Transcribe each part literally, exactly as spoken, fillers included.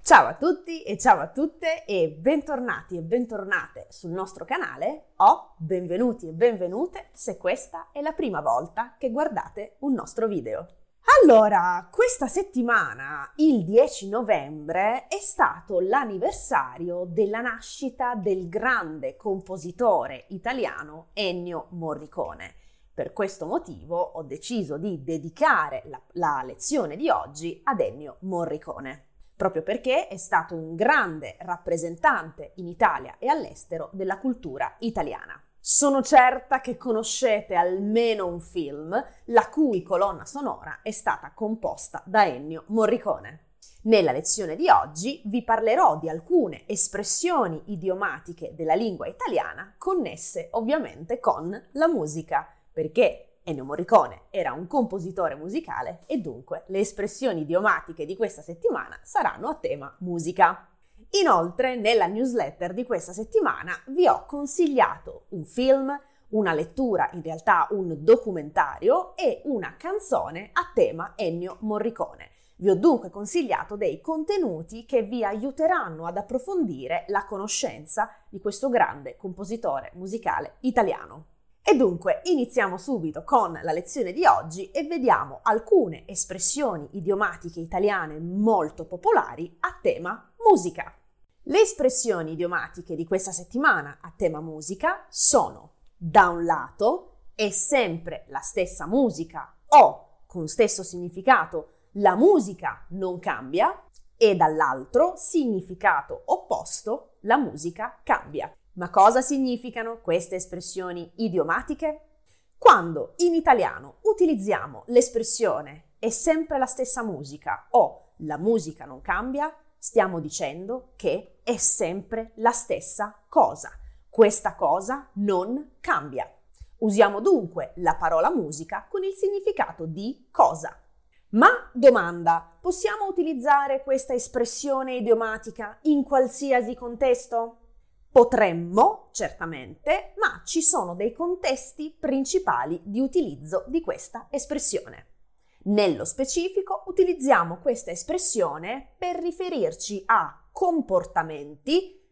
Ciao a tutti e ciao a tutte e bentornati e bentornate sul nostro canale o benvenuti e benvenute se questa è la prima volta che guardate un nostro video. Allora, questa settimana, il dieci novembre, è stato l'anniversario della nascita del grande compositore italiano Ennio Morricone. Per questo motivo ho deciso di dedicare la, la lezione di oggi ad Ennio Morricone, proprio perché è stato un grande rappresentante in Italia e all'estero della cultura italiana. Sono certa che conoscete almeno un film la cui colonna sonora è stata composta da Ennio Morricone. Nella lezione di oggi vi parlerò di alcune espressioni idiomatiche della lingua italiana connesse ovviamente con la musica, perché Ennio Morricone era un compositore musicale e dunque le espressioni idiomatiche di questa settimana saranno a tema musica. Inoltre, nella newsletter di questa settimana vi ho consigliato un film, una lettura, in realtà un documentario e una canzone a tema Ennio Morricone. Vi ho dunque consigliato dei contenuti che vi aiuteranno ad approfondire la conoscenza di questo grande compositore musicale italiano. E dunque iniziamo subito con la lezione di oggi e vediamo alcune espressioni idiomatiche italiane molto popolari a tema musica. Le espressioni idiomatiche di questa settimana a tema musica sono: da un lato è sempre la stessa musica o con stesso significato la musica non cambia, e dall'altro significato opposto la musica cambia. Ma cosa significano queste espressioni idiomatiche? Quando in italiano utilizziamo l'espressione è sempre la stessa musica o la musica non cambia, stiamo dicendo che è sempre la stessa cosa. Questa cosa non cambia. Usiamo dunque la parola musica con il significato di cosa. Ma domanda, possiamo utilizzare questa espressione idiomatica in qualsiasi contesto? Potremmo, certamente, ma ci sono dei contesti principali di utilizzo di questa espressione. Nello specifico, utilizziamo questa espressione per riferirci a comportamenti,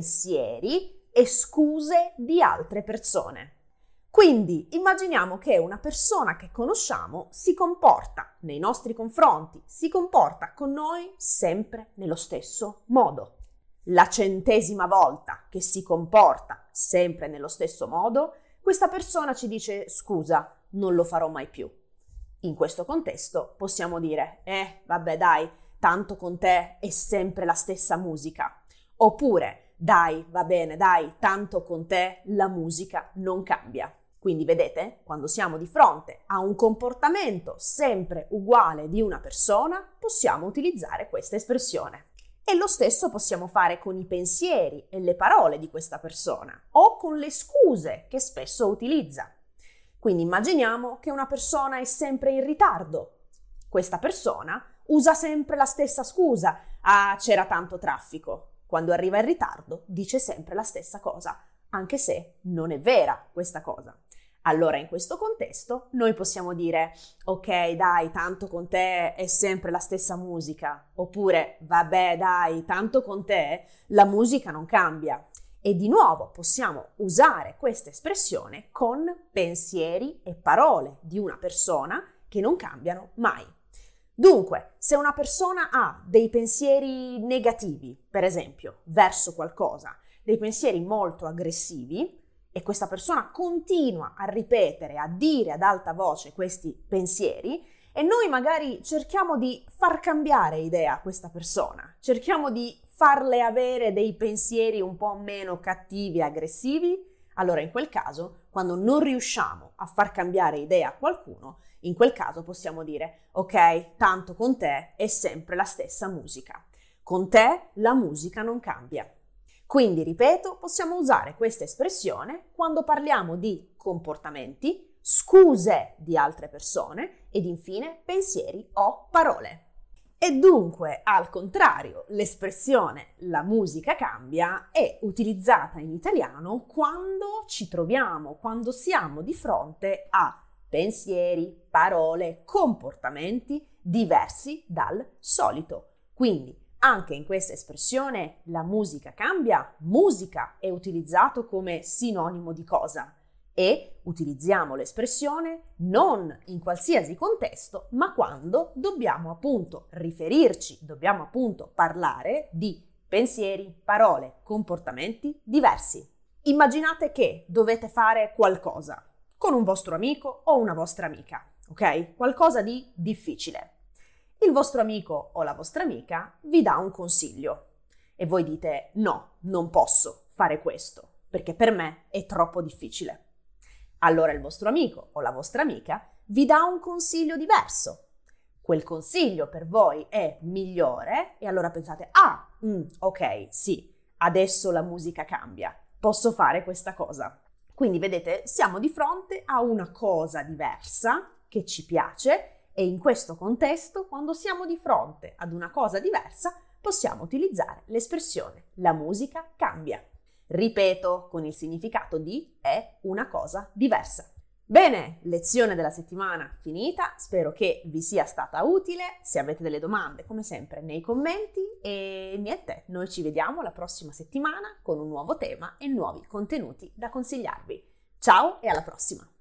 pensieri e scuse di altre persone. Quindi immaginiamo che una persona che conosciamo si comporta nei nostri confronti, si comporta con noi sempre nello stesso modo. La centesima volta che si comporta sempre nello stesso modo, questa persona ci dice: scusa, non lo farò mai più. In questo contesto possiamo dire: eh, vabbè dai, tanto con te è sempre la stessa musica. Oppure: dai, va bene, dai, tanto con te la musica non cambia. Quindi vedete, quando siamo di fronte a un comportamento sempre uguale di una persona, possiamo utilizzare questa espressione. E lo stesso possiamo fare con i pensieri e le parole di questa persona o con le scuse che spesso utilizza. Quindi immaginiamo che una persona è sempre in ritardo. Questa persona usa sempre la stessa scusa: ah, c'era tanto traffico. Quando arriva in ritardo dice sempre la stessa cosa, anche se non è vera questa cosa. Allora in questo contesto noi possiamo dire: ok dai, tanto con te è sempre la stessa musica, oppure vabbè dai, tanto con te la musica non cambia. E di nuovo possiamo usare questa espressione con pensieri e parole di una persona che non cambiano mai. Dunque, se una persona ha dei pensieri negativi, per esempio, verso qualcosa, dei pensieri molto aggressivi, e questa persona continua a ripetere, a dire ad alta voce questi pensieri, e noi magari cerchiamo di far cambiare idea a questa persona, cerchiamo di farle avere dei pensieri un po' meno cattivi e aggressivi, allora in quel caso, quando non riusciamo a far cambiare idea a qualcuno, in quel caso possiamo dire: ok, tanto con te è sempre la stessa musica. Con te la musica non cambia. Quindi, ripeto, possiamo usare questa espressione quando parliamo di comportamenti, scuse di altre persone ed infine pensieri o parole. E dunque, al contrario, l'espressione la musica cambia è utilizzata in italiano quando ci troviamo, quando siamo di fronte a pensieri, parole, comportamenti diversi dal solito. Quindi Anche in questa espressione la musica cambia, musica è utilizzato come sinonimo di cosa e utilizziamo l'espressione non in qualsiasi contesto, ma quando dobbiamo appunto riferirci, dobbiamo appunto parlare di pensieri, parole, comportamenti diversi. Immaginate che dovete fare qualcosa con un vostro amico o una vostra amica, ok? Qualcosa di difficile. Il vostro amico o la vostra amica vi dà un consiglio e voi dite no, non posso fare questo perché per me è troppo difficile. Allora il vostro amico o la vostra amica vi dà un consiglio diverso. Quel consiglio per voi è migliore e allora pensate ah, mm, ok, sì, adesso la musica cambia, posso fare questa cosa. Quindi vedete, siamo di fronte a una cosa diversa che ci piace. E in questo contesto, quando siamo di fronte ad una cosa diversa, possiamo utilizzare l'espressione la musica cambia. Ripeto, con il significato di è una cosa diversa. Bene, lezione della settimana finita, spero che vi sia stata utile. Se avete delle domande, come sempre, nei commenti e niente, noi ci vediamo la prossima settimana con un nuovo tema e nuovi contenuti da consigliarvi. Ciao e alla prossima!